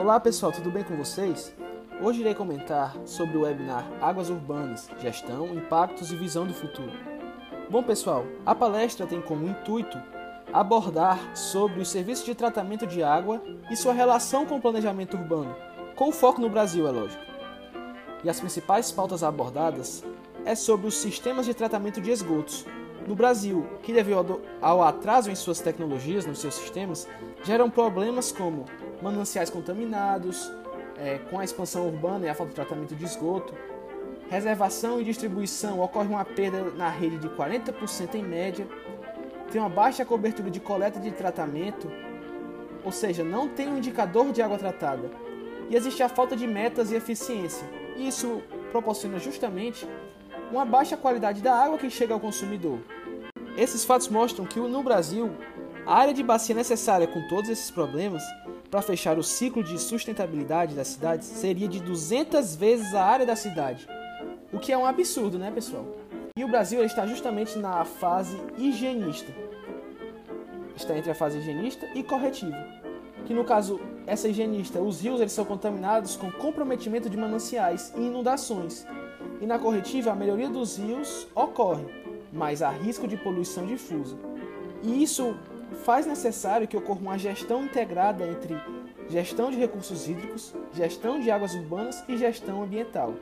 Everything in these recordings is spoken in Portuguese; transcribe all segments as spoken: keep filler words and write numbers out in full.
Olá pessoal, tudo bem com vocês? Hoje irei comentar sobre o webinar Águas Urbanas, Gestão, Impactos e Visão do Futuro. Bom pessoal, a palestra tem como intuito abordar sobre os serviços de tratamento de água e sua relação com o planejamento urbano, com foco no Brasil, é lógico. E as principais pautas abordadas é sobre os sistemas de tratamento de esgotos no Brasil, que devido ao atraso em suas tecnologias, nos seus sistemas, geram problemas como mananciais contaminados, é, com a expansão urbana e a falta de tratamento de esgoto, reservação e distribuição, ocorre uma perda na rede de quarenta por cento em média, tem uma baixa cobertura de coleta de tratamento, ou seja, não tem um indicador de água tratada, e existe a falta de metas e eficiência. Isso proporciona justamente uma baixa qualidade da água que chega ao consumidor. Esses fatos mostram que no Brasil, a área de bacia necessária com todos esses problemas para fechar o ciclo de sustentabilidade das cidades seria de duzentas vezes a área da cidade, o que é um absurdo, né, pessoal? E o Brasil ele está justamente na fase higienista. Está entre a fase higienista e corretiva. Que no caso, essa higienista, os rios eles são contaminados com comprometimento de mananciais e inundações. E na corretiva, a melhoria dos rios ocorre, mas há risco de poluição difusa. E isso faz necessário que ocorra uma gestão integrada entre gestão de recursos hídricos, gestão de águas urbanas e gestão ambiental.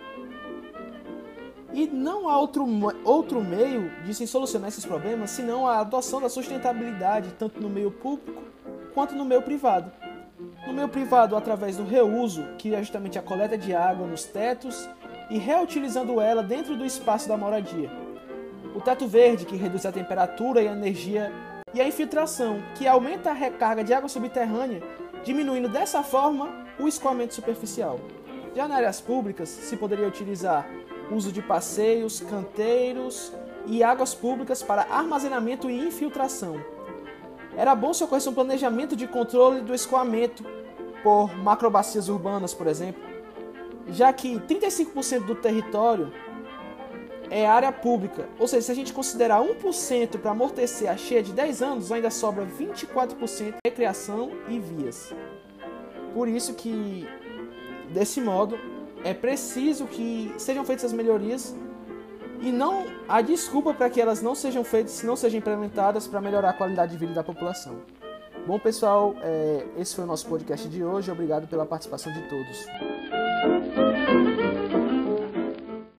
E não há outro, outro meio de se solucionar esses problemas senão a adoção da sustentabilidade, tanto no meio público quanto no meio privado. No meio privado, através do reuso, que é justamente a coleta de água nos tetos, e reutilizando ela dentro do espaço da moradia. O teto verde, que reduz a temperatura e a energia, e a infiltração, que aumenta a recarga de água subterrânea, diminuindo dessa forma o escoamento superficial. Já nas áreas públicas, se poderia utilizar o uso de passeios, canteiros e águas públicas para armazenamento e infiltração. Era bom se ocorresse um planejamento de controle do escoamento por macrobacias urbanas, por exemplo, já que trinta e cinco por cento do território é área pública, ou seja, se a gente considerar um por cento para amortecer a cheia de dez anos, ainda sobra vinte e quatro por cento recreação e vias. Por isso que, desse modo, é preciso que sejam feitas as melhorias e não há desculpa para que elas não sejam feitas, não sejam implementadas para melhorar a qualidade de vida da população. Bom, pessoal, é, esse foi o nosso podcast de hoje. Obrigado pela participação de todos.